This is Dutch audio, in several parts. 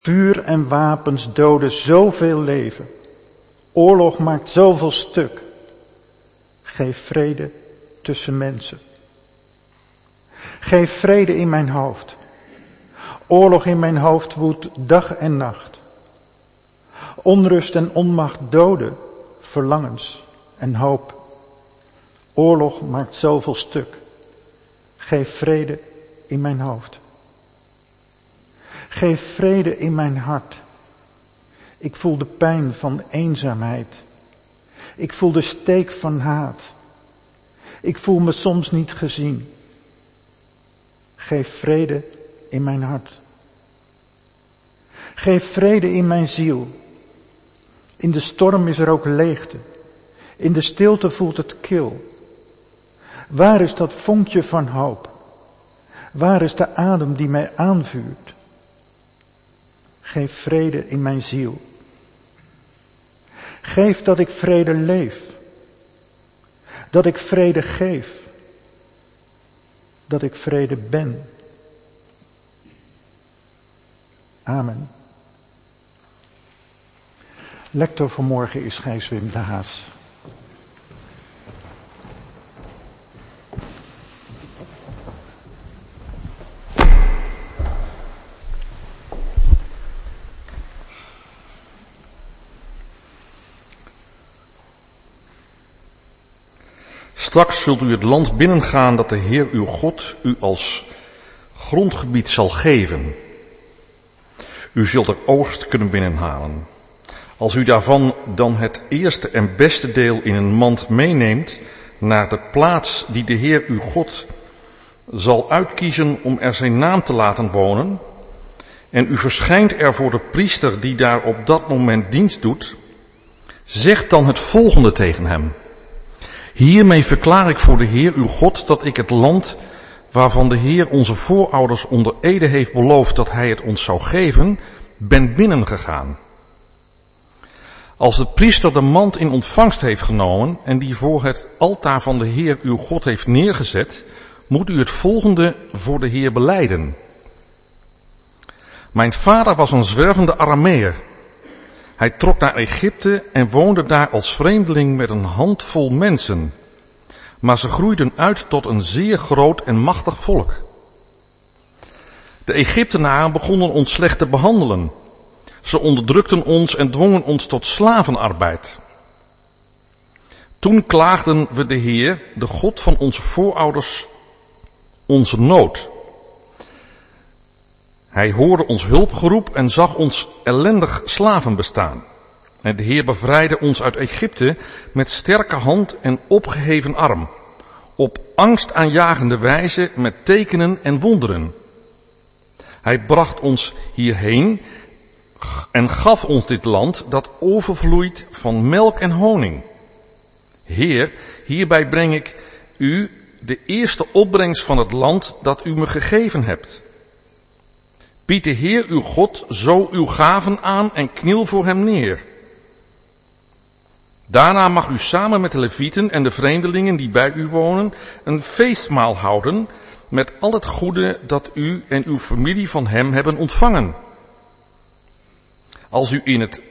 Vuur en wapens doden zoveel leven. Oorlog maakt zoveel stuk. Geef vrede tussen mensen. Geef vrede in mijn hoofd. Oorlog in mijn hoofd woedt dag en nacht. Onrust en onmacht doden verlangens en hoop. Oorlog maakt zoveel stuk. Geef vrede in mijn hoofd. Geef vrede in mijn hart. Ik voel de pijn van eenzaamheid. Ik voel de steek van haat. Ik voel me soms niet gezien. Geef vrede in mijn hart. Geef vrede in mijn ziel. In de storm is er ook leegte. In de stilte voelt het kil. Waar is dat vonkje van hoop? Waar is de adem die mij aanvuurt? Geef vrede in mijn ziel. Geef dat ik vrede leef. Dat ik vrede geef. Dat ik vrede ben. Amen. Lector vanmorgen is Gijs Wim de Haas. Straks zult u het land binnengaan dat de Heer uw God u als grondgebied zal geven. U zult er oogst kunnen binnenhalen. Als u daarvan dan het eerste en beste deel in een mand meeneemt naar de plaats die de Heer uw God zal uitkiezen om er zijn naam te laten wonen, en u verschijnt er voor de priester die daar op dat moment dienst doet, zeg dan het volgende tegen hem. Hiermee verklaar ik voor de Heer uw God dat ik het land waarvan de Heer onze voorouders onder ede heeft beloofd dat hij het ons zou geven, ben binnengegaan. Als de priester de mand in ontvangst heeft genomen en die voor het altaar van de Heer uw God heeft neergezet, moet u het volgende voor de Heer belijden. Mijn vader was een zwervende Arameer. Hij trok naar Egypte en woonde daar als vreemdeling met een handvol mensen. Maar ze groeiden uit tot een zeer groot en machtig volk. De Egyptenaren begonnen ons slecht te behandelen. Ze onderdrukten ons en dwongen ons tot slavenarbeid. Toen klaagden we de Heer, de God van onze voorouders, onze nood. Hij hoorde ons hulpgeroep en zag ons ellendig slavenbestaan. En de Heer bevrijdde ons uit Egypte met sterke hand en opgeheven arm, op angstaanjagende wijze met tekenen en wonderen. Hij bracht ons hierheen en gaf ons dit land dat overvloeit van melk en honing. Heer, hierbij breng ik u de eerste opbrengst van het land dat u me gegeven hebt. Bied de Heer uw God zo uw gaven aan en kniel voor hem neer. Daarna mag u samen met de Levieten en de vreemdelingen die bij u wonen een feestmaal houden met al het goede dat u en uw familie van hem hebben ontvangen. Als u in het...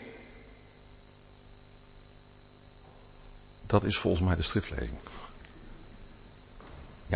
Dat is volgens mij de schriftlezing. Ja.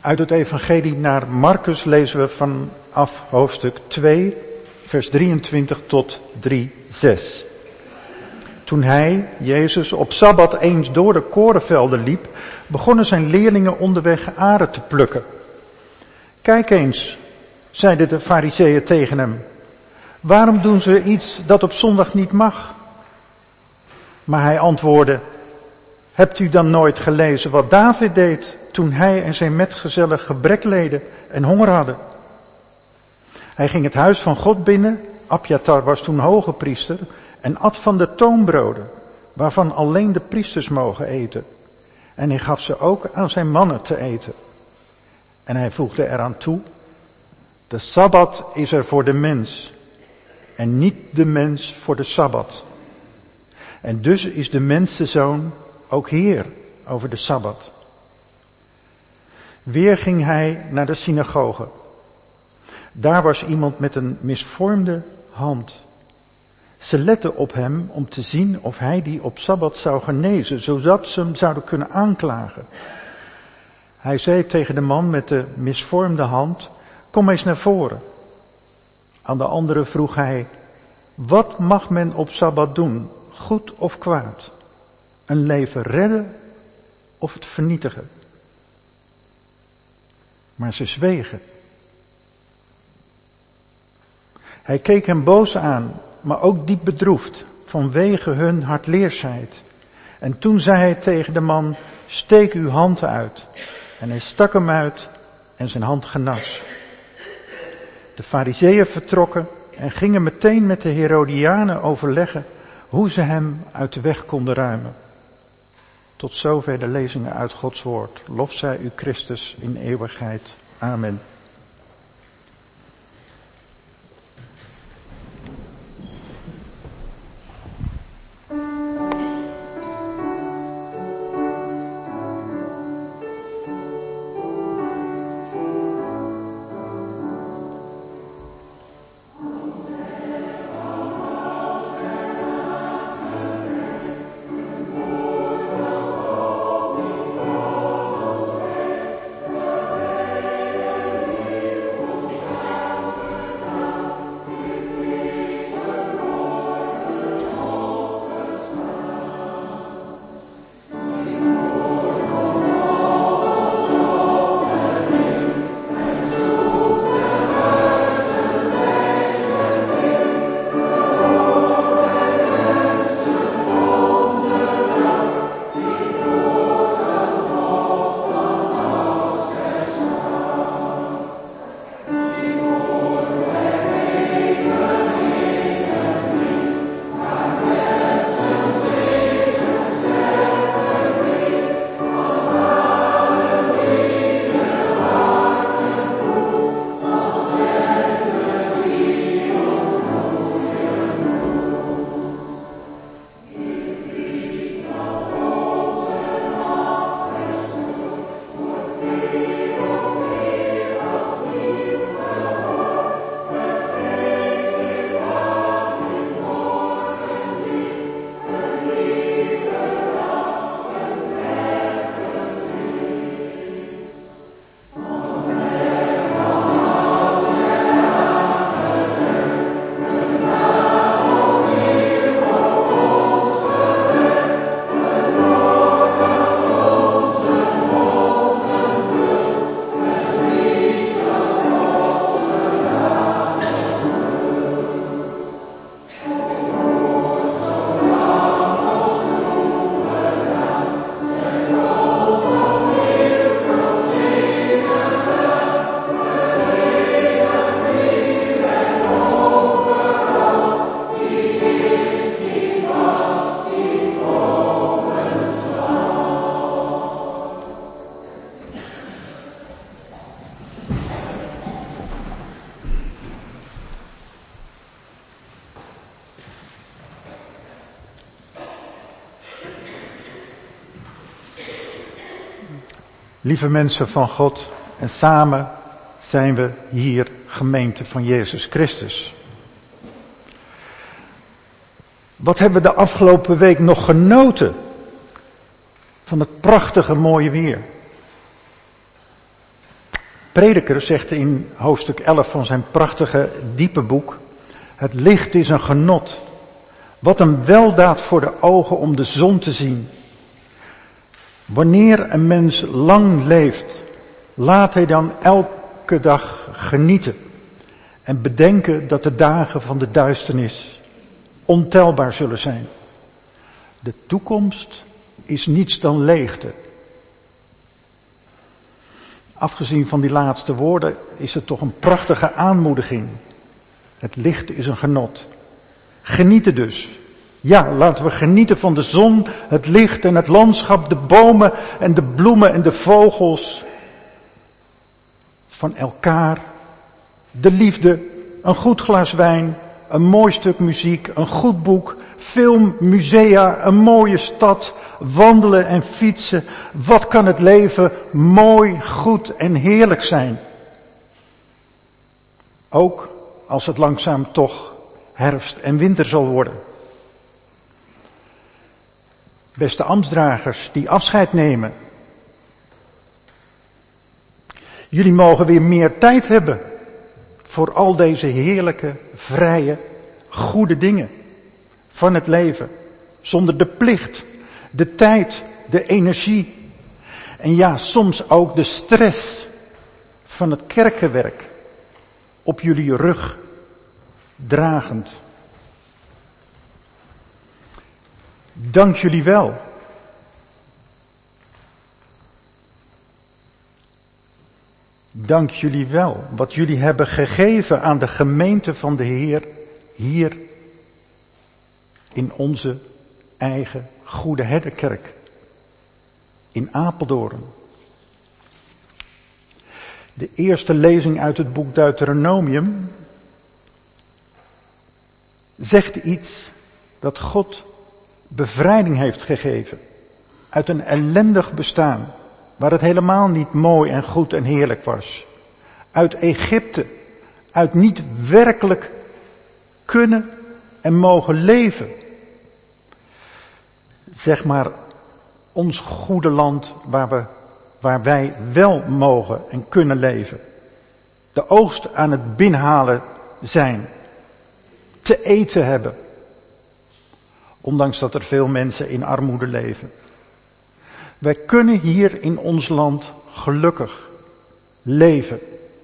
Uit het evangelie naar Marcus lezen we vanaf hoofdstuk 2, vers 23 tot 3:6. Toen hij, Jezus, op Sabbat eens door de korenvelden liep, begonnen zijn leerlingen onderweg aren te plukken. Kijk eens, zeiden de Farizeeën tegen hem, waarom doen ze iets dat op zondag niet mag? Maar hij antwoordde, hebt u dan nooit gelezen wat David deed toen hij en zijn metgezellen gebrek leden en honger hadden? Hij ging het huis van God binnen, Abjatar was toen hoge priester, en at van de toonbroden, waarvan alleen de priesters mogen eten. En hij gaf ze ook aan zijn mannen te eten. En hij voegde eraan toe, de Sabbat is er voor de mens, en niet de mens voor de Sabbat. En dus is de mensenzoon ook Heer over de Sabbat. Weer ging hij naar de synagoge. Daar was iemand met een misvormde hand. Ze letten op hem om te zien of hij die op Sabbat zou genezen, zodat ze hem zouden kunnen aanklagen. Hij zei tegen de man met de misvormde hand, kom eens naar voren. Aan de andere vroeg hij, wat mag men op Sabbat doen, goed of kwaad? Een leven redden of het vernietigen? Maar ze zwegen. Hij keek hem boos aan, maar ook diep bedroefd, vanwege hun hardleersheid. En toen zei hij tegen de man, steek uw hand uit. En hij stak hem uit en zijn hand genas. De Farizeeën vertrokken en gingen meteen met de Herodianen overleggen hoe ze hem uit de weg konden ruimen. Tot zover de lezingen uit Gods woord. Lof zij u Christus in eeuwigheid. Amen. Lieve mensen van God, en samen zijn we hier gemeente van Jezus Christus. Wat hebben we de afgelopen week nog genoten van het prachtige mooie weer? Prediker zegt in hoofdstuk 11 van zijn prachtige diepe boek: het licht is een genot. Wat een weldaad voor de ogen om de zon te zien. Wanneer een mens lang leeft, laat hij dan elke dag genieten. En bedenken dat de dagen van de duisternis ontelbaar zullen zijn. De toekomst is niets dan leegte. Afgezien van die laatste woorden is het toch een prachtige aanmoediging. Het licht is een genot. Genieten dus. Ja, laten we genieten van de zon, het licht en het landschap, de bomen en de bloemen en de vogels. Van elkaar, de liefde, een goed glas wijn, een mooi stuk muziek, een goed boek, film, musea, een mooie stad, wandelen en fietsen. Wat kan het leven mooi, goed en heerlijk zijn. Ook als het langzaam toch herfst en winter zal worden. Beste ambtsdragers die afscheid nemen. Jullie mogen weer meer tijd hebben voor al deze heerlijke, vrije, goede dingen van het leven. Zonder de plicht, de tijd, de energie en ja, soms ook de stress van het kerkenwerk op jullie rug dragend. Dank jullie wel. Dank jullie wel wat jullie hebben gegeven aan de gemeente van de Heer hier in onze eigen Goede Herderkerk in Apeldoorn. De eerste lezing uit het boek Deuteronomium zegt iets dat God bevrijding heeft gegeven uit een ellendig bestaan, waar het helemaal niet mooi en goed en heerlijk was. Uit Egypte, uit niet werkelijk kunnen en mogen leven. Zeg maar ons goede land waar wij wel mogen en kunnen leven. De oogst aan het binnenhalen zijn. Te eten hebben. Ondanks dat er veel mensen in armoede leven. Wij kunnen hier in ons land gelukkig leven.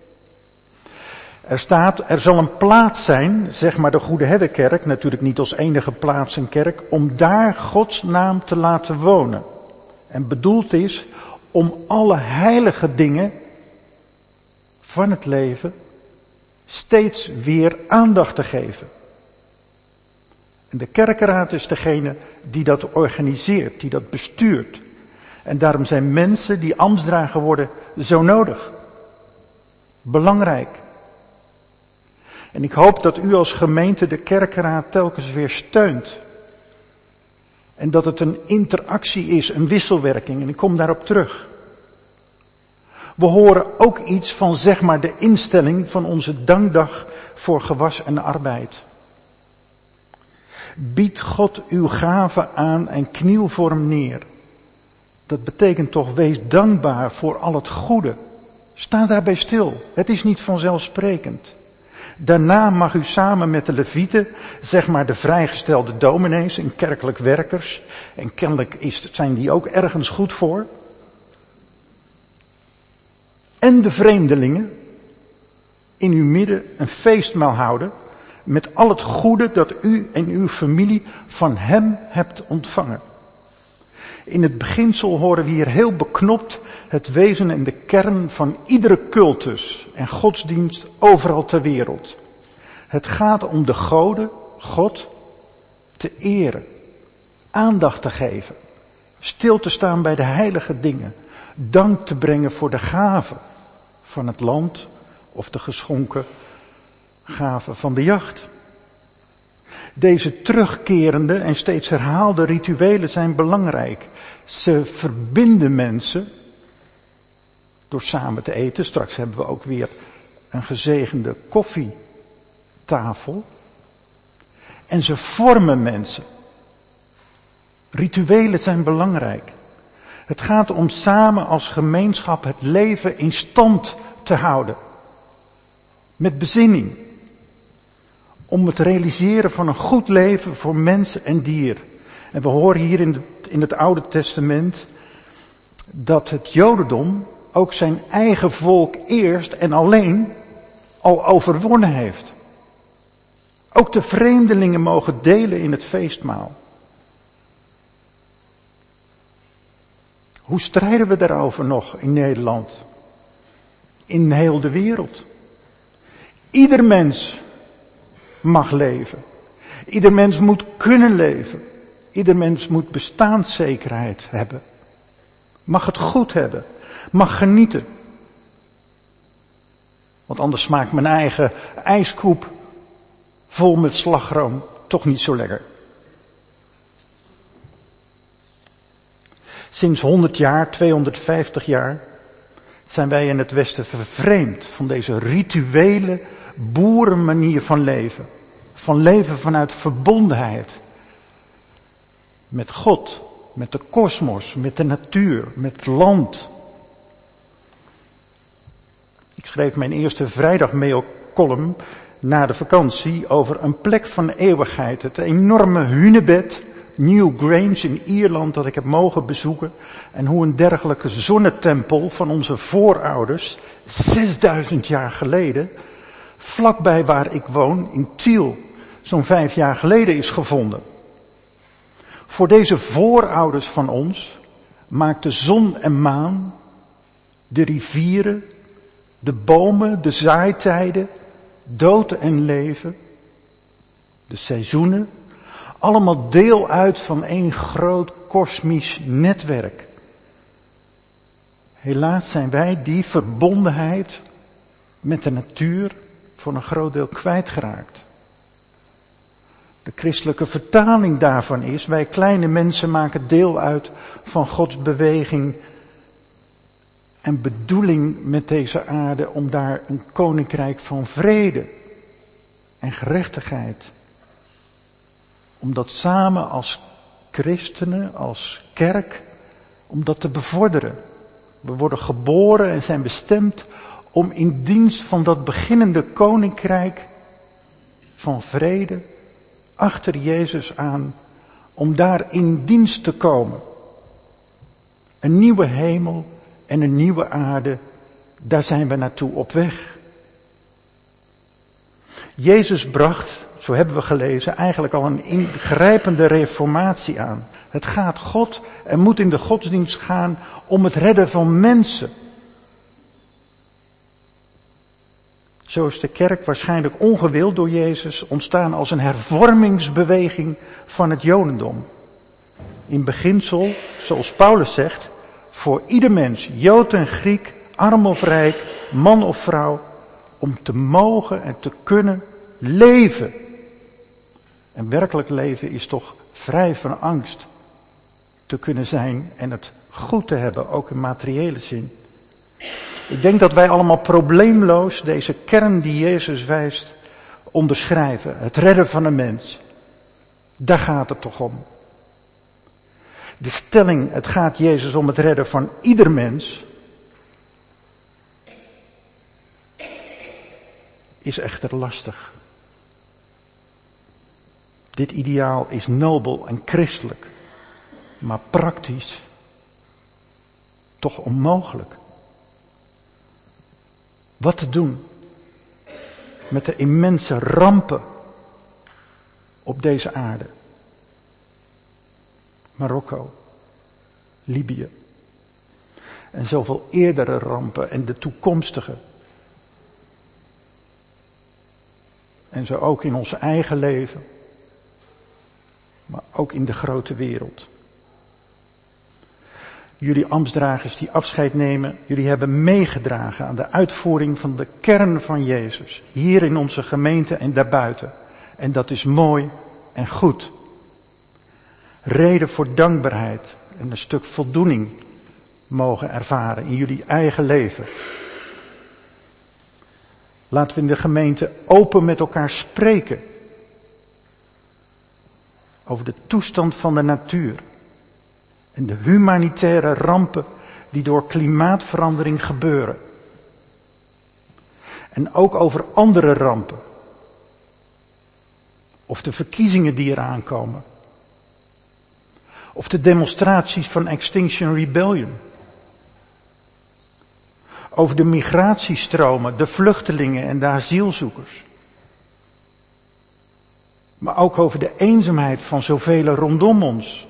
Er zal een plaats zijn, zeg maar de Goede Herderkerk, natuurlijk niet als enige plaats en kerk, om daar Gods naam te laten wonen. En bedoeld is om alle heilige dingen van het leven steeds weer aandacht te geven. En de kerkenraad is degene die dat organiseert, die dat bestuurt. En daarom zijn mensen die ambtsdrager worden zo nodig. Belangrijk. En ik hoop dat u als gemeente de kerkenraad telkens weer steunt. En dat het een interactie is, een wisselwerking. En ik kom daarop terug. We horen ook iets van zeg maar de instelling van onze dankdag voor gewas en arbeid. Bied God uw gave aan en kniel voor hem neer. Dat betekent toch, wees dankbaar voor al het goede. Sta daarbij stil. Het is niet vanzelfsprekend. Daarna mag u samen met de levieten, zeg maar de vrijgestelde dominees en kerkelijk werkers, en kennelijk zijn die ook ergens goed voor, en de vreemdelingen in uw midden een feestmaal houden met al het goede dat u en uw familie van hem hebt ontvangen. In het beginsel horen we hier heel beknopt het wezen en de kern van iedere cultus en godsdienst overal ter wereld. Het gaat om de goden, God, te eren, aandacht te geven, stil te staan bij de heilige dingen, dank te brengen voor de gaven van het land of de geschonken gaven van de jacht. Deze terugkerende en steeds herhaalde rituelen zijn belangrijk. Ze verbinden mensen door samen te eten. Straks hebben we ook weer een gezegende koffietafel. En ze vormen mensen. Rituelen zijn belangrijk. Het gaat om samen als gemeenschap het leven in stand te houden. Met bezinning. Om het realiseren van een goed leven voor mens en dier. En we horen hier in het Oude Testament dat het Jodendom ook zijn eigen volk eerst en alleen al overwonnen heeft. Ook de vreemdelingen mogen delen in het feestmaal. Hoe strijden we daarover nog in Nederland? In heel de wereld. Ieder mens mag leven. Ieder mens moet kunnen leven. Ieder mens moet bestaanszekerheid hebben. Mag het goed hebben. Mag genieten. Want anders smaakt mijn eigen ijskoep vol met slagroom toch niet zo lekker. Sinds 100 jaar, 250 jaar zijn wij in het Westen vervreemd van deze rituele boerenmanier van leven. Van leven vanuit verbondenheid. Met God, met de kosmos, met de natuur, met het land. Ik schreef mijn eerste vrijdagmailcolumn na de vakantie over een plek van eeuwigheid. Het enorme hunebed, Newgrange in Ierland, dat ik heb mogen bezoeken. En hoe een dergelijke zonnetempel van onze voorouders, 6000 jaar geleden, vlakbij waar ik woon, in Tiel, zo'n 5 jaar geleden is gevonden. Voor deze voorouders van ons maakten zon en maan, de rivieren, de bomen, de zaaitijden, dood en leven, de seizoenen, allemaal deel uit van één groot kosmisch netwerk. Helaas zijn wij die verbondenheid met de natuur voor een groot deel kwijtgeraakt. De christelijke vertaling daarvan is, wij kleine mensen maken deel uit van Gods beweging en bedoeling met deze aarde om daar een koninkrijk van vrede en gerechtigheid. Om dat samen als christenen, als kerk, om dat te bevorderen. We worden geboren en zijn bestemd om in dienst van dat beginnende koninkrijk van vrede achter Jezus aan, om daar in dienst te komen. Een nieuwe hemel en een nieuwe aarde, daar zijn we naartoe op weg. Jezus bracht, zo hebben we gelezen, eigenlijk al een ingrijpende reformatie aan. Het gaat God en moet in de godsdienst gaan om het redden van mensen. Zo is de kerk waarschijnlijk ongewild door Jezus ontstaan als een hervormingsbeweging van het Jodendom. In beginsel, zoals Paulus zegt, voor ieder mens, Jood en Griek, arm of rijk, man of vrouw, om te mogen en te kunnen leven. En werkelijk leven is toch vrij van angst te kunnen zijn en het goed te hebben, ook in materiële zin. Ik denk dat wij allemaal probleemloos deze kern die Jezus wijst onderschrijven. Het redden van een mens. Daar gaat het toch om. De stelling, het gaat Jezus om het redden van ieder mens, is echter lastig. Dit ideaal is nobel en christelijk, maar praktisch toch onmogelijk. Wat te doen met de immense rampen op deze aarde? Marokko, Libië en zoveel eerdere rampen en de toekomstige. En zo ook in ons eigen leven, maar ook in de grote wereld. Jullie ambtsdragers die afscheid nemen, jullie hebben meegedragen aan de uitvoering van de kern van Jezus. Hier in onze gemeente en daarbuiten. En dat is mooi en goed. Reden voor dankbaarheid en een stuk voldoening mogen ervaren in jullie eigen leven. Laten we in de gemeente open met elkaar spreken. Over de toestand van de natuur. En de humanitaire rampen die door klimaatverandering gebeuren. En ook over andere rampen. Of de verkiezingen die eraan komen. Of de demonstraties van Extinction Rebellion. Over de migratiestromen, de vluchtelingen en de asielzoekers. Maar ook over de eenzaamheid van zoveel rondom ons.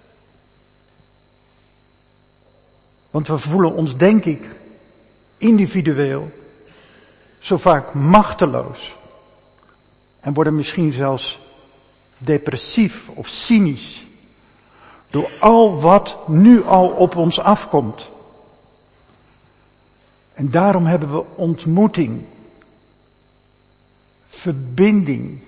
Want we voelen ons, denk ik, individueel zo vaak machteloos. En worden misschien zelfs depressief of cynisch. Door al wat nu al op ons afkomt. En daarom hebben we ontmoeting, verbinding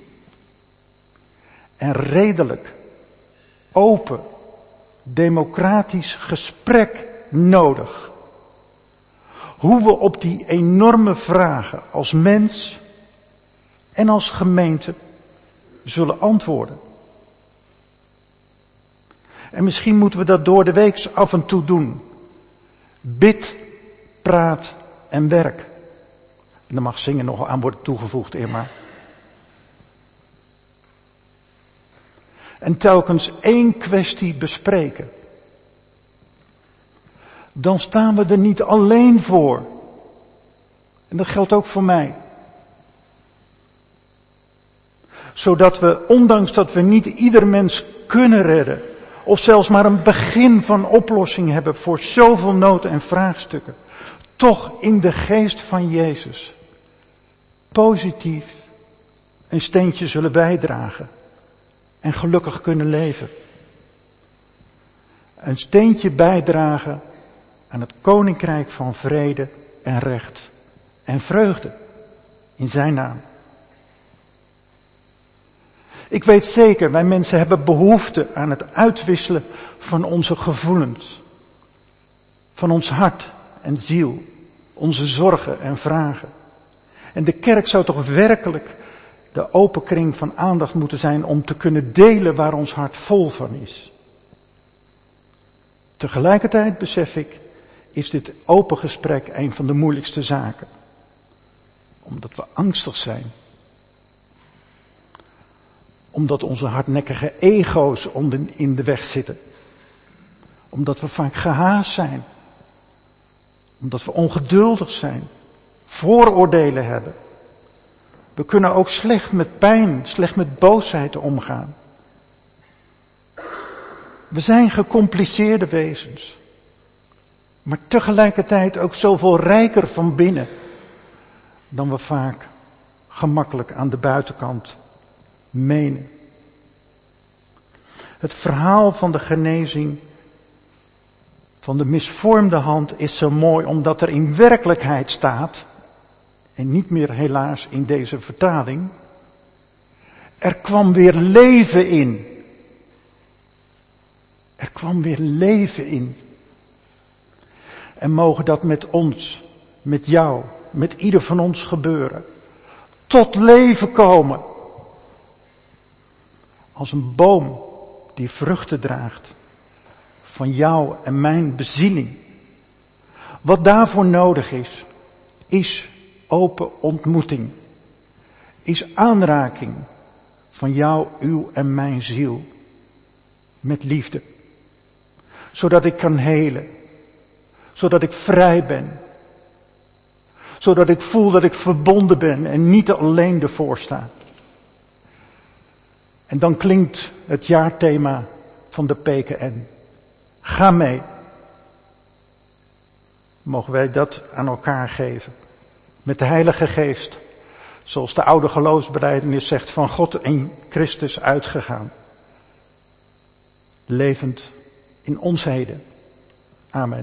en redelijk, open, democratisch gesprek nodig. Hoe we op die enorme vragen als mens en als gemeente zullen antwoorden. En misschien moeten we dat door de week af en toe doen. Bid, praat en werk. En er mag zingen nog aan worden toegevoegd, Irma. En telkens één kwestie bespreken. Dan staan we er niet alleen voor. En dat geldt ook voor mij. Zodat we, ondanks dat we niet ieder mens kunnen redden, of zelfs maar een begin van oplossing hebben voor zoveel nood en vraagstukken, toch in de geest van Jezus positief een steentje zullen bijdragen en gelukkig kunnen leven. Een steentje bijdragen aan het koninkrijk van vrede en recht en vreugde in zijn naam. Ik weet zeker, wij mensen hebben behoefte aan het uitwisselen van onze gevoelens, van ons hart en ziel, onze zorgen en vragen. En de kerk zou toch werkelijk de open kring van aandacht moeten zijn om te kunnen delen waar ons hart vol van is. Tegelijkertijd besef ik, is dit open gesprek een van de moeilijkste zaken. Omdat we angstig zijn. Omdat onze hardnekkige ego's in de weg zitten. Omdat we vaak gehaast zijn. Omdat we ongeduldig zijn. Vooroordelen hebben. We kunnen ook slecht met pijn, slecht met boosheid omgaan. We zijn gecompliceerde wezens. Maar tegelijkertijd ook zoveel rijker van binnen. Dan we vaak gemakkelijk aan de buitenkant menen. Het verhaal van de genezing van de misvormde hand is zo mooi omdat er in werkelijkheid staat, en niet meer helaas in deze vertaling, er kwam weer leven in. Er kwam weer leven in. En mogen dat met ons, met jou, met ieder van ons gebeuren. Tot leven komen. Als een boom die vruchten draagt. Van jou en mijn bezieling. Wat daarvoor nodig is open ontmoeting. Is aanraking van jou, uw en mijn ziel. Met liefde. Zodat ik kan helen. Zodat ik vrij ben. Zodat ik voel dat ik verbonden ben en niet alleen ervoor sta. En dan klinkt het jaarthema van de PKN. Ga mee. Mogen wij dat aan elkaar geven. Met de Heilige Geest. Zoals de oude geloofsbelijdenis zegt, van God en Christus uitgegaan. Levend in ons heden. Amen.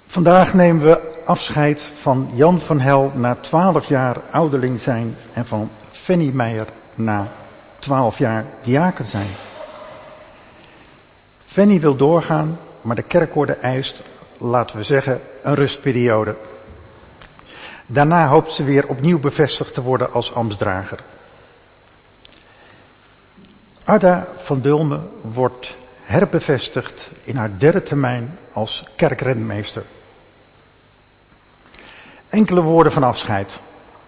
Vandaag nemen we afscheid van Jan van Hel na 12 jaar ouderling zijn en van Fanny Meijer na 12 jaar diaken zijn. Fanny wil doorgaan, maar de kerkorde eist, laten we zeggen, een rustperiode. Daarna hoopt ze weer opnieuw bevestigd te worden als ambtsdrager. Arda van Dulmen wordt herbevestigd in haar 3e termijn als kerkrentmeester. Enkele woorden van afscheid.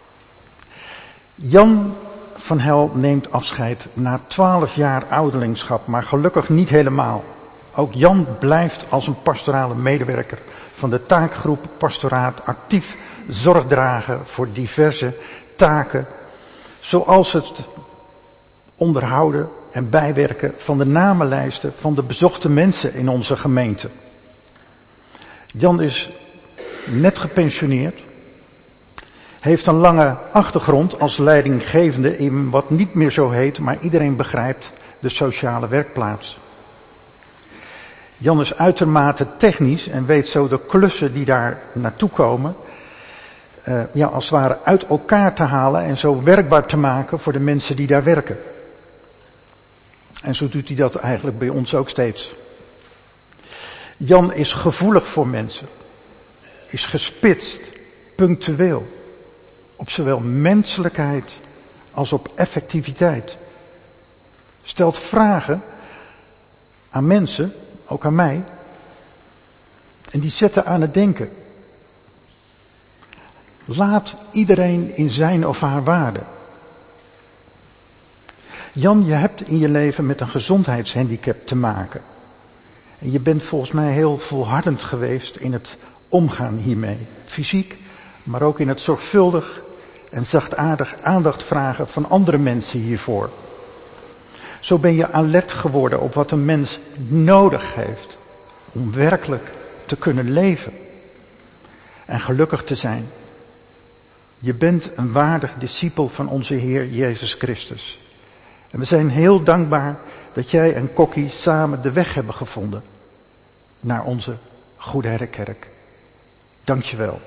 Jan van Hel neemt afscheid na 12 jaar ouderlingschap, maar gelukkig niet helemaal. Ook Jan blijft als een pastorale medewerker van de taakgroep Pastoraat actief zorg dragen voor diverse taken, zoals het onderhouden en bijwerken van de namenlijsten van de bezochte mensen in onze gemeente. Jan is net gepensioneerd, heeft een lange achtergrond als leidinggevende in wat niet meer zo heet, maar iedereen begrijpt, de sociale werkplaats. Jan is uitermate technisch en weet zo de klussen die daar naartoe komen, als het ware uit elkaar te halen en zo werkbaar te maken voor de mensen die daar werken. En zo doet hij dat eigenlijk bij ons ook steeds. Jan is gevoelig voor mensen, is gespitst, punctueel, op zowel menselijkheid als op effectiviteit. Stelt vragen aan mensen, ook aan mij, en die zetten aan het denken. Laat iedereen in zijn of haar waarde. Jan, je hebt in je leven met een gezondheidshandicap te maken. En je bent volgens mij heel volhardend geweest in het omgaan hiermee. Fysiek, maar ook in het zorgvuldig en zachtaardig aandacht vragen van andere mensen hiervoor. Zo ben je alert geworden op wat een mens nodig heeft om werkelijk te kunnen leven en gelukkig te zijn. Je bent een waardig discipel van onze Heer Jezus Christus. En we zijn heel dankbaar dat jij en Kokkie samen de weg hebben gevonden naar onze Goede Herdenkerk. Dank je wel.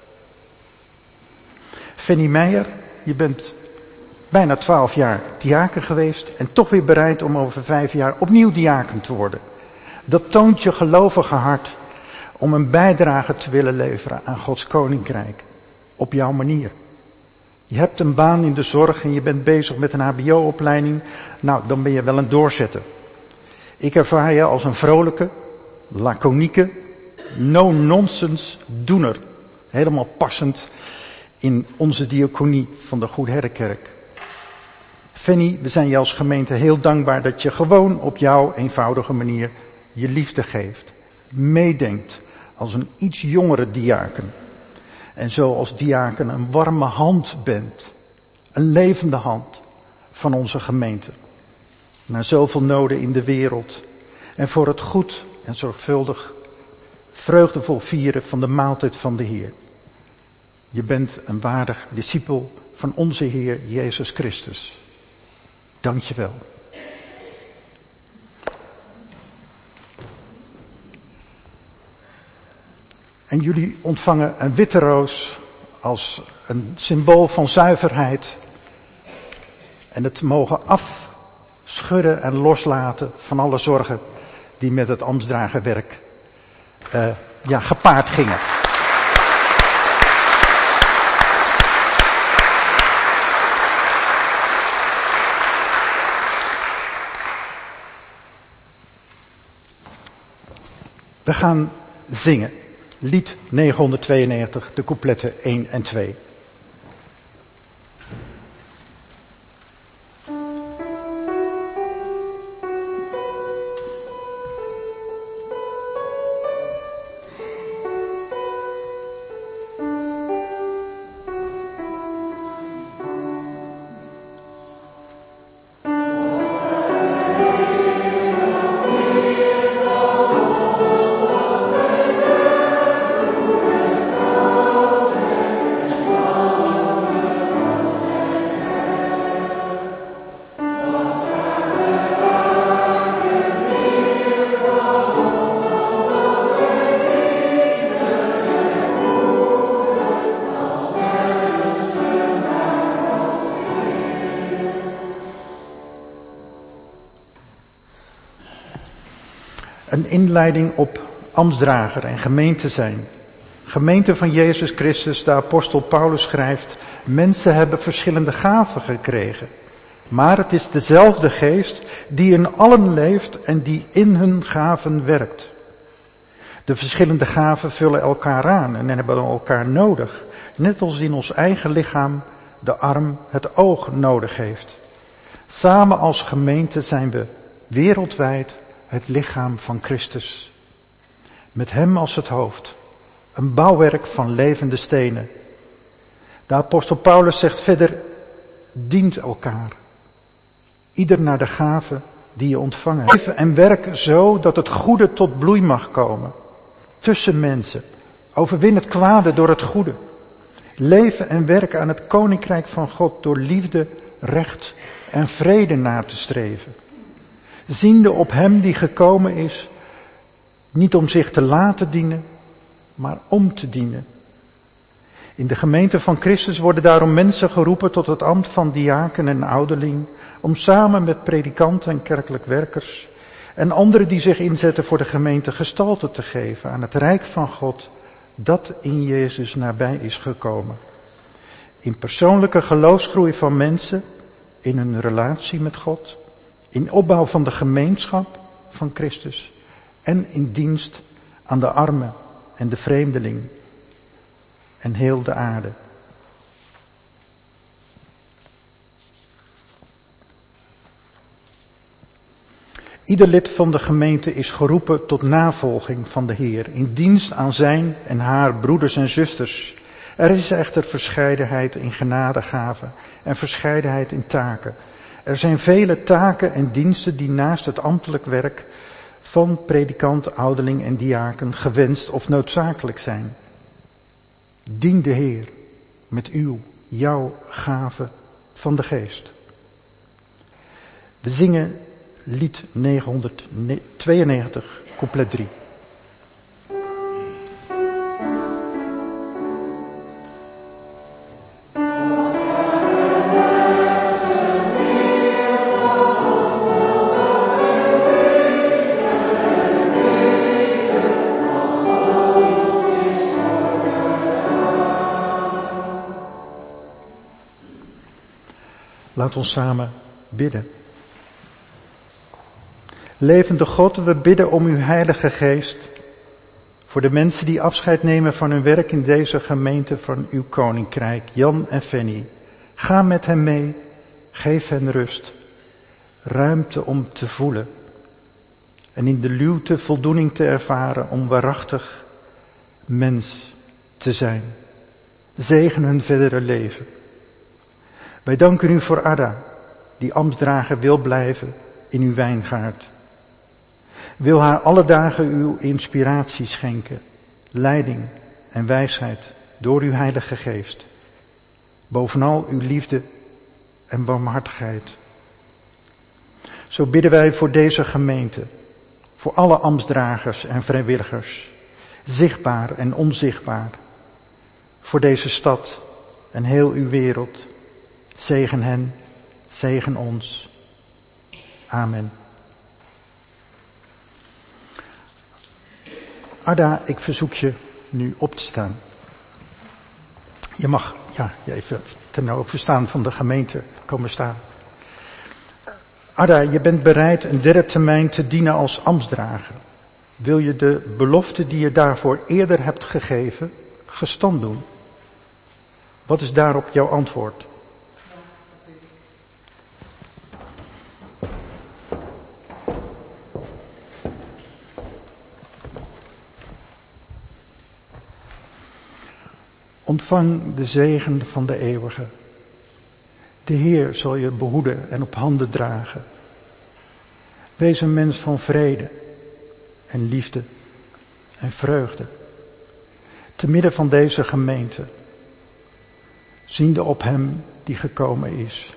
Fanny Meijer, je bent bijna 12 jaar diaken geweest en toch weer bereid om over 5 jaar opnieuw diaken te worden. Dat toont je gelovige hart om een bijdrage te willen leveren aan Gods Koninkrijk. Op jouw manier. Je hebt een baan in de zorg en je bent bezig met een hbo-opleiding. Nou, dan ben je wel een doorzetter. Ik ervaar je als een vrolijke, laconieke, no-nonsense doener. Helemaal passend in onze diaconie van de Goede Herdenkerk. Fanny, we zijn je als gemeente heel dankbaar dat je gewoon op jouw eenvoudige manier je liefde geeft. Meedenkt als een iets jongere diaken. En zo als diaken een warme hand bent. Een levende hand van onze gemeente. Naar zoveel noden in de wereld. En voor het goed en zorgvuldig, vreugdevol vieren van de maaltijd van de Heer. Je bent een waardig discipel van onze Heer Jezus Christus. Dank je wel. En jullie ontvangen een witte roos als een symbool van zuiverheid. En het mogen afschudden en loslaten van alle zorgen die met het ambtsdragerwerk gepaard gingen. We gaan zingen. Lied 992, de coupletten 1 en 2. Oh een inleiding op ambtsdrager en gemeente zijn. Gemeente van Jezus Christus, de apostel Paulus schrijft, mensen hebben verschillende gaven gekregen. Maar het is dezelfde geest die in allen leeft en die in hun gaven werkt. De verschillende gaven vullen elkaar aan en hebben elkaar nodig. Net als in ons eigen lichaam de arm het oog nodig heeft. Samen als gemeente zijn we wereldwijd het lichaam van Christus. Met hem als het hoofd. Een bouwwerk van levende stenen. De apostel Paulus zegt verder, dient elkaar. Ieder naar de gave die je ontvangen hebt. Leven en werk zo dat het goede tot bloei mag komen. Tussen mensen. Overwin het kwade door het goede. Leven en werken aan het koninkrijk van God door liefde, recht en vrede na te streven. Ziende op hem die gekomen is, niet om zich te laten dienen, maar om te dienen. In de gemeente van Christus worden daarom mensen geroepen tot het ambt van diaken en ouderling, om samen met predikanten en kerkelijk werkers en anderen die zich inzetten voor de gemeente gestalte te geven aan het rijk van God, dat in Jezus nabij is gekomen. In persoonlijke geloofsgroei van mensen, in hun relatie met God, in opbouw van de gemeenschap van Christus en in dienst aan de armen en de vreemdeling en heel de aarde. Ieder lid van de gemeente is geroepen tot navolging van de Heer, in dienst aan zijn en haar broeders en zusters. Er is echter verscheidenheid in genadegaven en verscheidenheid in taken. Er zijn vele taken en diensten die naast het ambtelijk werk van predikant, ouderling en diaken gewenst of noodzakelijk zijn. Dien de Heer met jouw gave van de geest. We zingen lied 992, couplet 3. Laat ons samen bidden. Levende God, we bidden om uw Heilige Geest voor de mensen die afscheid nemen van hun werk in deze gemeente van uw Koninkrijk, Jan en Fanny. Ga met hen mee, geef hen rust, ruimte om te voelen en in de luwte voldoening te ervaren om waarachtig mens te zijn. Zegen hun verdere leven. Wij danken u voor Ada, die ambtsdrager wil blijven in uw wijngaard. Wil haar alle dagen uw inspiratie schenken, leiding en wijsheid door uw Heilige Geest. Bovenal uw liefde en barmhartigheid. Zo bidden wij voor deze gemeente, voor alle ambtsdragers en vrijwilligers, zichtbaar en onzichtbaar, voor deze stad en heel uw wereld. Zegen hen, zegen ons. Amen. Ada, ik verzoek je nu op te staan. Je mag je even ten overstaan van de gemeente komen staan. Ada, je bent bereid een derde termijn te dienen als ambtsdrager. Wil je de belofte die je daarvoor eerder hebt gegeven gestand doen? Wat is daarop jouw antwoord? Ontvang de zegen van de eeuwige. De Heer zal je behoeden en op handen dragen. Wees een mens van vrede en liefde en vreugde. Te midden van deze gemeente. Ziende op hem die gekomen is.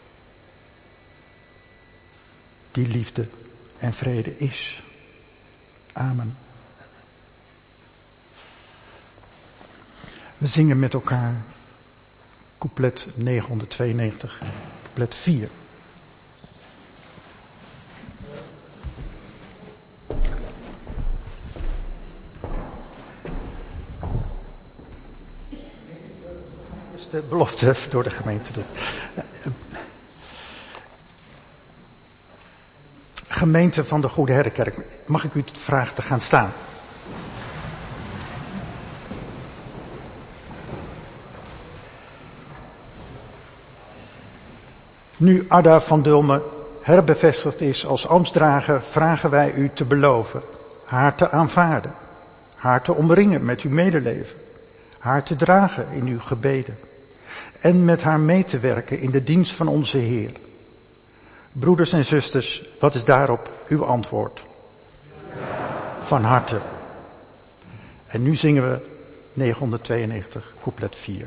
Die liefde en vrede is. Amen. We zingen met elkaar couplet 992, couplet 4. moest de belofte door de gemeente doen. Gemeente van de Goede Herdenkerk, mag ik u vragen te gaan staan? Nu Adda van Dulmen herbevestigd is als ambtsdrager, vragen wij u te beloven haar te aanvaarden, haar te omringen met uw medeleven, haar te dragen in uw gebeden en met haar mee te werken in de dienst van onze Heer. Broeders en zusters, wat is daarop uw antwoord? Van harte. En nu zingen we 992, couplet 4.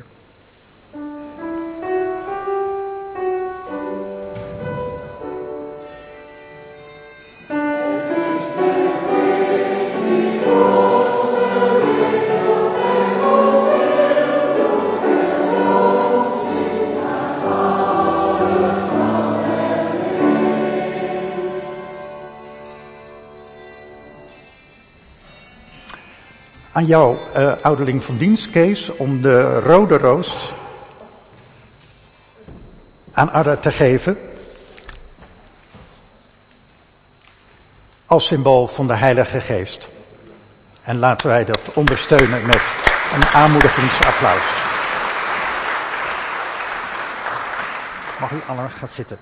Aan jou, ouderling van dienst, Kees, om de rode roos aan Adda te geven. Als symbool van de Heilige Geest. En laten wij dat ondersteunen met een aanmoedigingsapplaus. Mag u allemaal gaan zitten.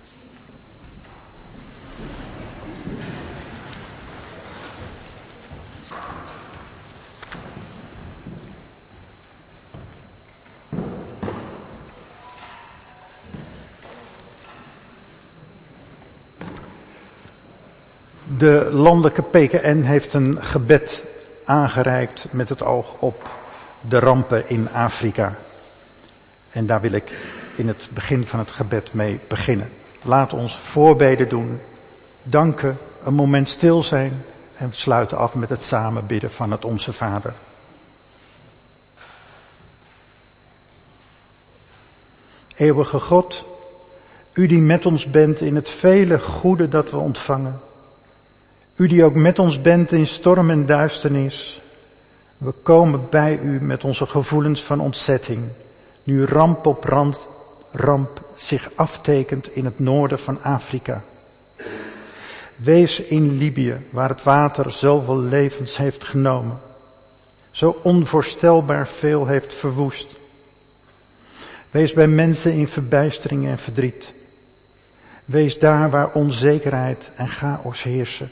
De landelijke PKN heeft een gebed aangereikt met het oog op de rampen in Afrika. En daar wil ik in het begin van het gebed mee beginnen. Laat ons voorbeden doen, danken, een moment stil zijn en we sluiten af met het samen bidden van het Onze Vader. Eeuwige God, u die met ons bent in het vele goede dat we ontvangen. U die ook met ons bent in storm en duisternis. We komen bij u met onze gevoelens van ontzetting. Nu ramp op ramp zich aftekent in het noorden van Afrika. Wees in Libië, waar het water zoveel levens heeft genomen. Zo onvoorstelbaar veel heeft verwoest. Wees bij mensen in verbijstering en verdriet. Wees daar waar onzekerheid en chaos heersen.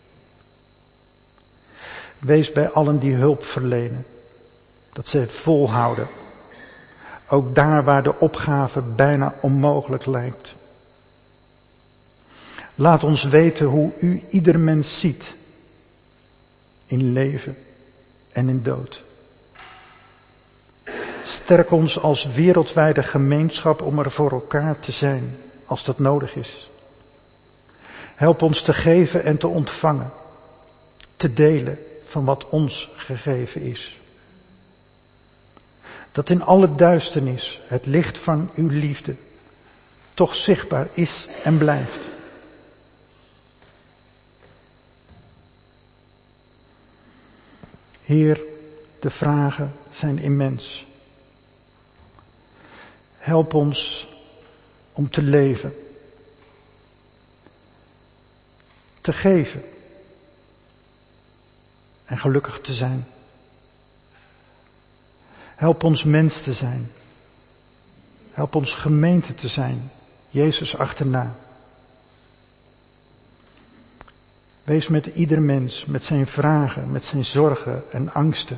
Wees bij allen die hulp verlenen, dat ze het volhouden. Ook daar waar de opgave bijna onmogelijk lijkt. Laat ons weten hoe u ieder mens ziet, in leven en in dood. Sterk ons als wereldwijde gemeenschap om er voor elkaar te zijn, als dat nodig is. Help ons te geven en te ontvangen, te delen van wat ons gegeven is. Dat in alle duisternis het licht van uw liefde toch zichtbaar is en blijft. Heer, de vragen zijn immens. Help ons om te leven, te geven en gelukkig te zijn. Help ons mens te zijn. Help ons gemeente te zijn, Jezus achterna. Wees met ieder mens, met zijn vragen, met zijn zorgen en angsten.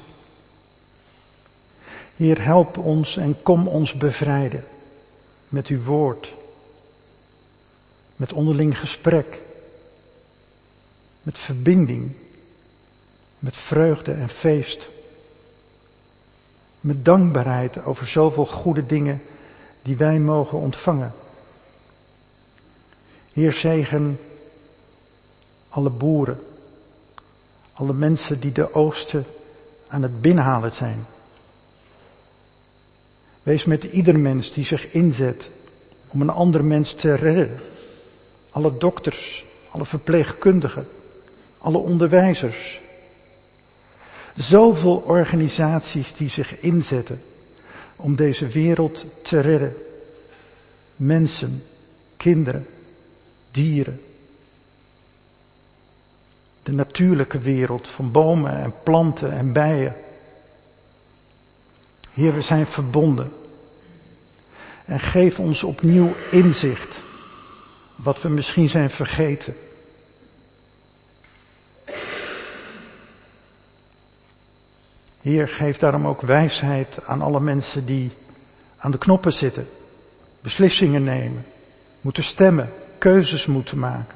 Heer, help ons en kom ons bevrijden met uw woord, met onderling gesprek, met verbinding, met vreugde en feest, met dankbaarheid over zoveel goede dingen die wij mogen ontvangen. Heer, zegen alle boeren, alle mensen die de oogsten aan het binnenhalen zijn. Wees met ieder mens die zich inzet om een ander mens te redden. Alle dokters, alle verpleegkundigen, alle onderwijzers. Zoveel organisaties die zich inzetten om deze wereld te redden. Mensen, kinderen, dieren. De natuurlijke wereld van bomen en planten en bijen. Heer, we zijn verbonden. En geef ons opnieuw inzicht, wat we misschien zijn vergeten. Heer, geef daarom ook wijsheid aan alle mensen die aan de knoppen zitten, beslissingen nemen, moeten stemmen, keuzes moeten maken.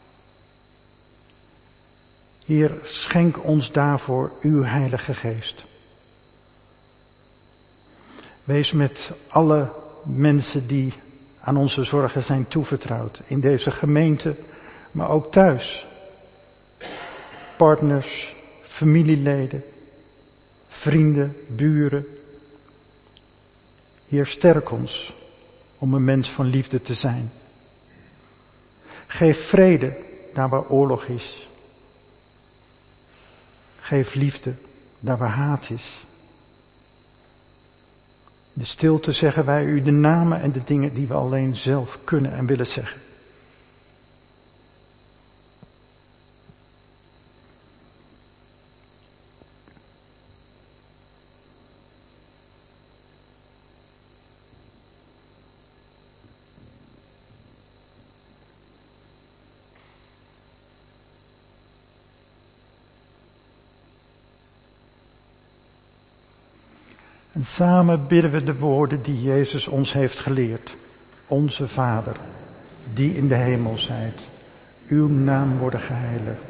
Heer, schenk ons daarvoor uw Heilige Geest. Wees met alle mensen die aan onze zorgen zijn toevertrouwd, in deze gemeente, maar ook thuis. Partners, familieleden, vrienden, buren. Heer, sterk ons om een mens van liefde te zijn. Geef vrede daar waar oorlog is. Geef liefde daar waar haat is. In de stilte zeggen wij u de namen en de dingen die we alleen zelf kunnen en willen zeggen. En samen bidden we de woorden die Jezus ons heeft geleerd. Onze Vader, die in de hemel zijt, uw naam worden geheiligd.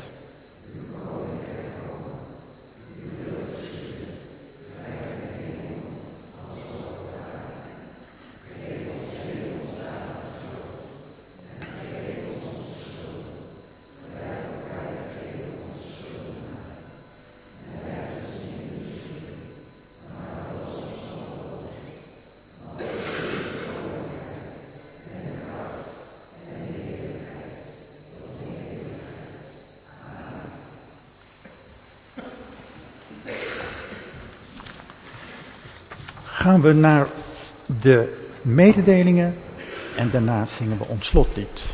Gaan we naar de mededelingen en daarna zingen we ons slotlied.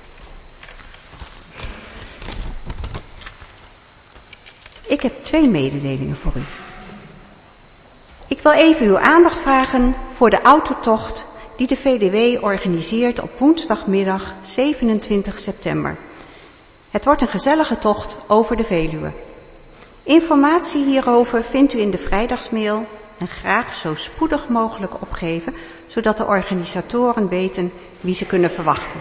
Ik heb 2 mededelingen voor u. Ik wil even uw aandacht vragen voor de autotocht die de VDW organiseert op woensdagmiddag 27 september. Het wordt een gezellige tocht over de Veluwe. Informatie hierover vindt u in de vrijdagsmail en graag zo spoedig mogelijk opgeven, zodat de organisatoren weten wie ze kunnen verwachten.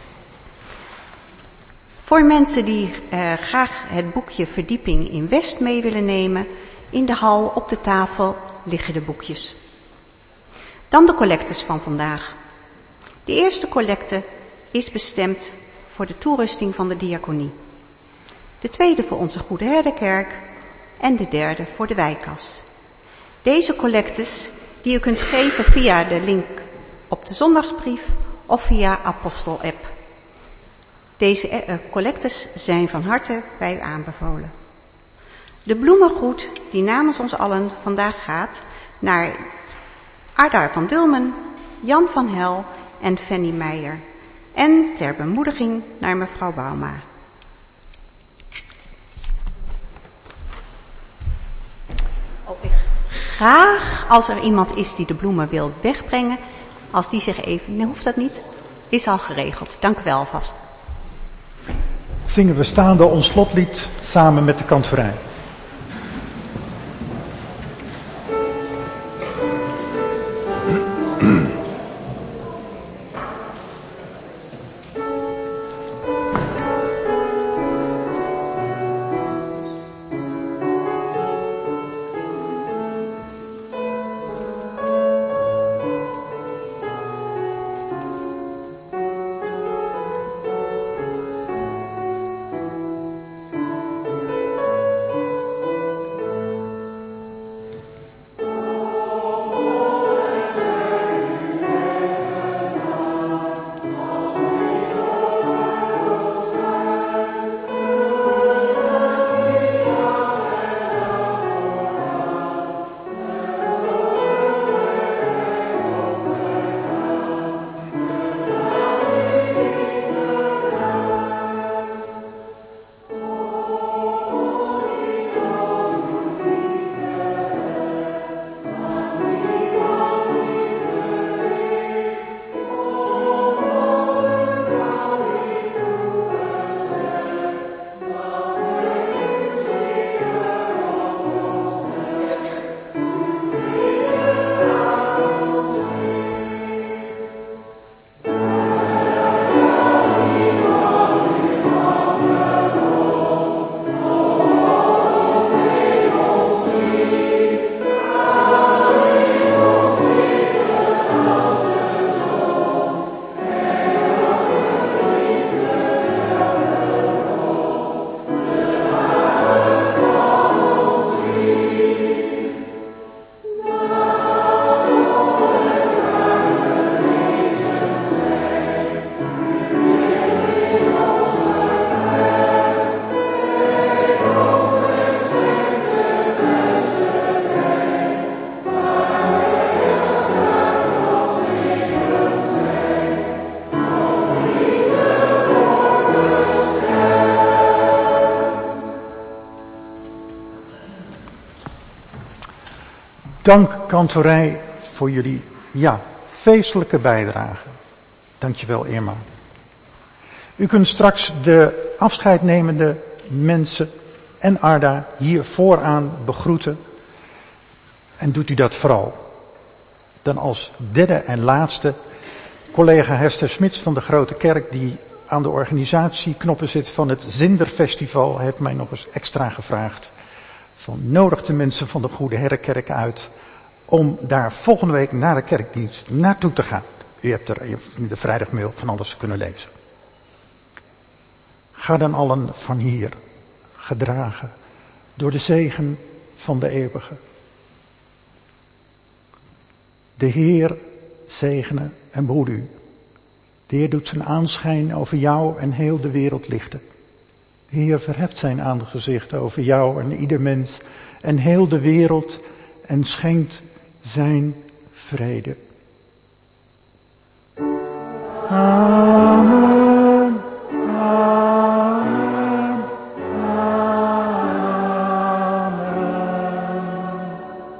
Voor mensen die graag het boekje Verdieping in West mee willen nemen, in de hal op de tafel liggen de boekjes. Dan de collectes van vandaag. De eerste collecte is bestemd voor de toerusting van de diaconie. De tweede voor onze Goede Herderkerk en de derde voor de wijkkas. Deze collectes die u kunt geven via de link op de zondagsbrief of via Apostel-app. Deze collectes zijn van harte bij u aanbevolen. De bloemengroet die namens ons allen vandaag gaat naar Ardar van Dulmen, Jan van Hel en Fanny Meijer. En ter bemoediging naar mevrouw Bauma. Graag, als er iemand is die de bloemen wil wegbrengen, als die zich even, nee, hoeft dat niet, is al geregeld. Dank u wel alvast. Zingen we staande ons slotlied samen met de kantorij. Dank kantorij voor jullie, feestelijke bijdrage. Dankjewel Irma. U kunt straks de afscheidnemende mensen en Arda hier vooraan begroeten. En doet u dat vooral. Dan als derde en laatste collega Hester Smits van de Grote Kerk, die aan de organisatieknoppen zit van het Zinderfestival, heeft mij nog eens extra gevraagd. Van nodig de mensen van de Goede Herrenkerk uit om daar volgende week na de kerkdienst naartoe te gaan. U hebt er in de vrijdagmail van alles kunnen lezen. Ga dan allen van hier, gedragen door de zegen van de eeuwige. De Heer zegene en behoede u. De Heer doet zijn aanschijn over jou en heel de wereld lichten. De Heer verheft zijn aangezicht over jou en ieder mens en heel de wereld en schenkt zijn vrede. Amen. Amen. Amen.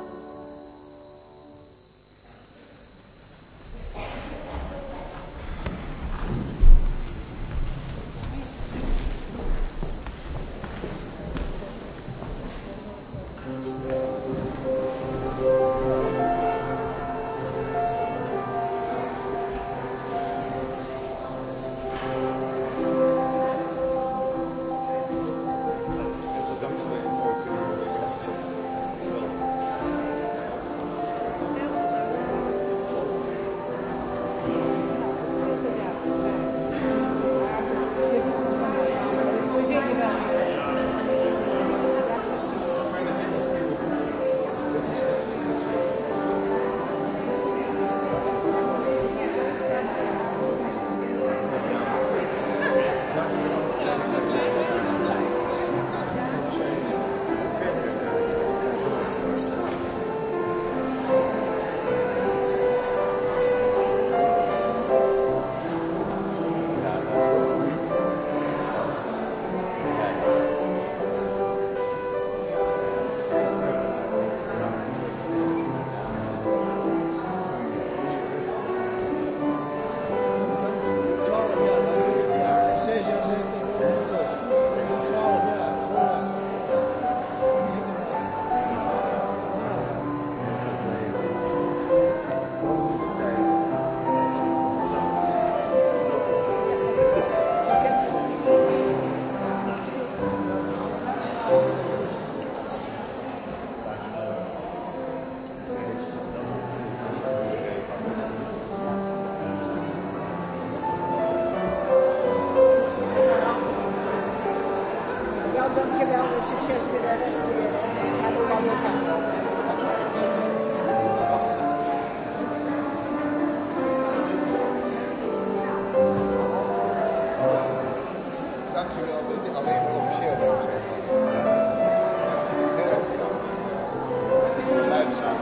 Dankjewel en succes met de rest weer. Ga er maar op aan. Dankjewel dat je alleen maar officieel bent. Heel erg bedankt. Blijf samen.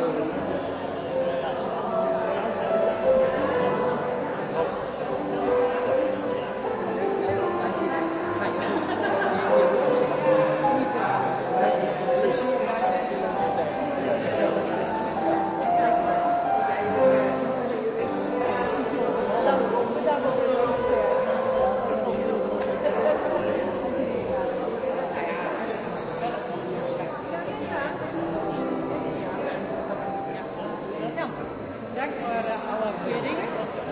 Dank voor alle goede dingen.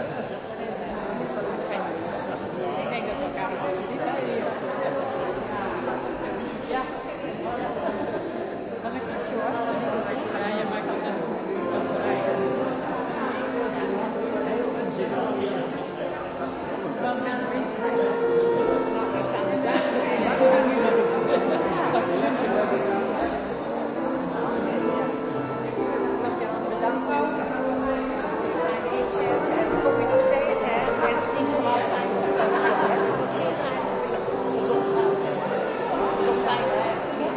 Ik denk dat we elkaar nog even zien. Ja. Kan ik iets hoor? Ja, je maakt het een nou, daar staan we daar. Bedankt. Chat en kom je nog tegen, hè? En geniet vooral fijn van wat meer tijd voor gezondheid. Zo fijn, hè?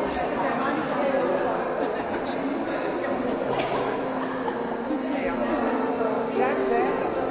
Bedankt, hè?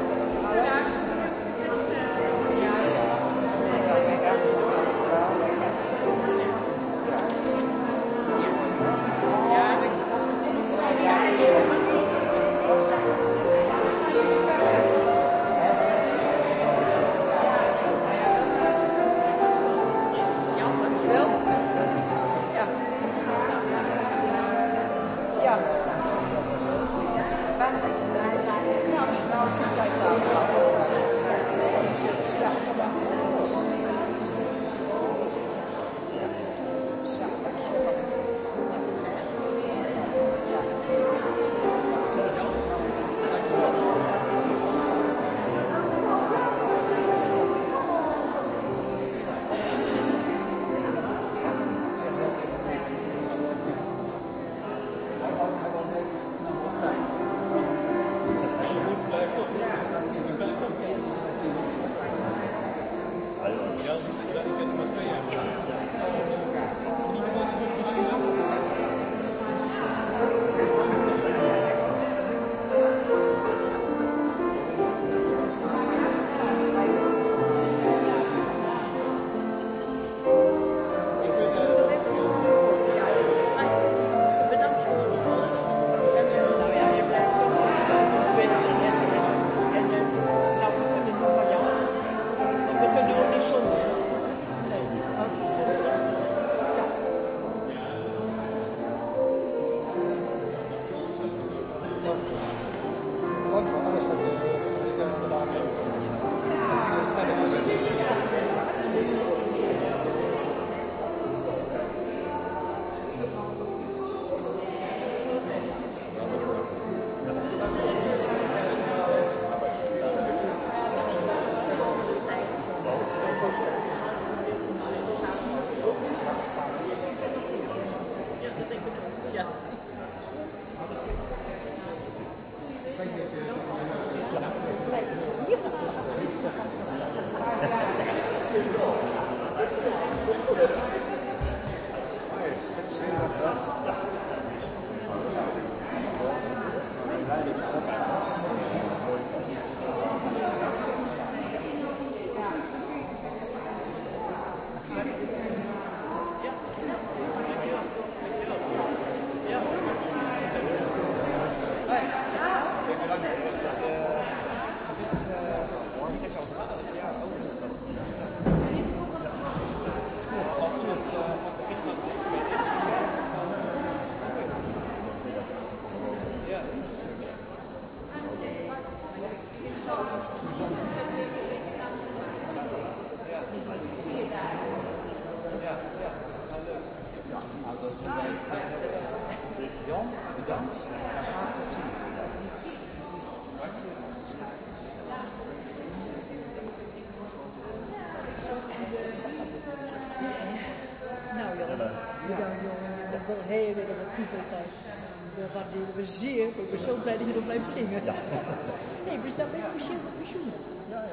Dat waarderen we zeer. Ik ben zo blij dat je nog blijft zingen. Ja. Nee, maar dan ben je officieel met pensioen. Ja.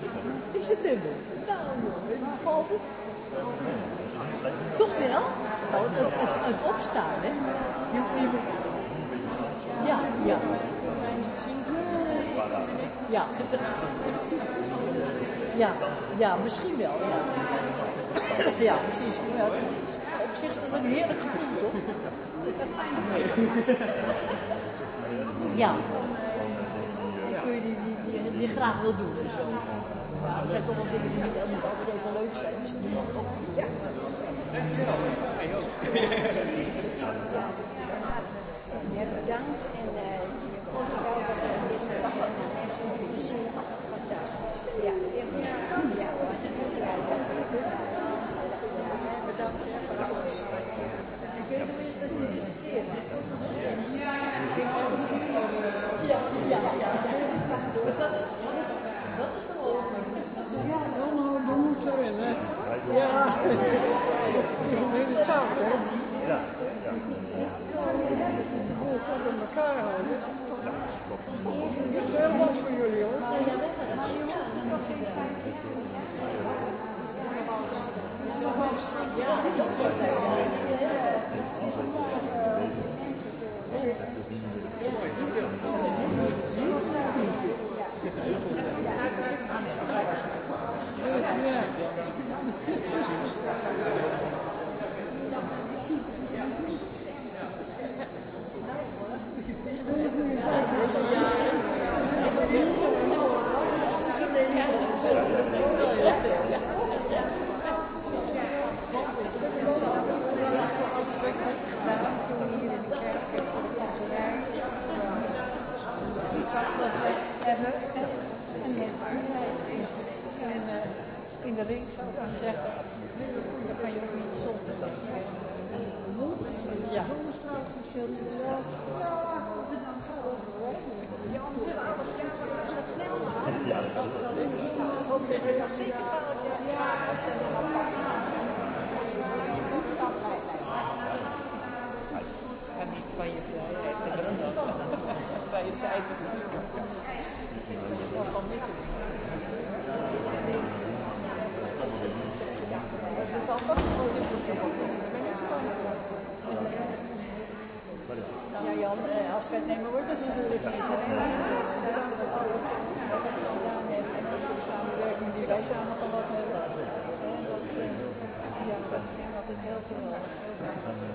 In september. Nou joh, valt het? Toch wel? Oh, het opstaan, hè? Je hoeft niet meer... Ja. Ja. Ja, ja, misschien wel, ja. Ja, misschien wel. Op zich is dat een heerlijk gevoel, toch? Ja. Dan kun je die graag wil doen en zo. Ja, er zijn toch wel dingen die niet altijd even leuk zijn, dus die mag ook niet. Ja. Ja, bedankt en je komt wel dat dit verwacht en mensen mobiliseren. Fantastisch. Ja, ja, bedankt voor alles. Ik weet nog eens dat je het keer. Ja. Dat is de mogelijk. Ja, dan moet erin, hè. Ja, het is een hele taak, hè. Ja. De boel goed in elkaar houden. Het is heel wat voor jullie, hoor. Maar je hoeft nog geen 5 in de ring zou ik dan zeggen, dan kan je ook niet zonder. Ja. Veel succes. Dat snel maar. Ik hoop dat je nog zeker 12 jaar te gaan hebt en dan Ga niet van je vrijheid, zeggen ze dan. Bij je tijd. Dat je zelf van missen. Dat zal vast wel heel goed worden. Ik ben niet spannend. Ja, Jan, afscheid nemen wordt het natuurlijk niet. Bedankt voor alles wat je gedaan hebt en ook voor de samenwerking die wij samen gehad hebben. En dat, ja, dat ging altijd heel veel.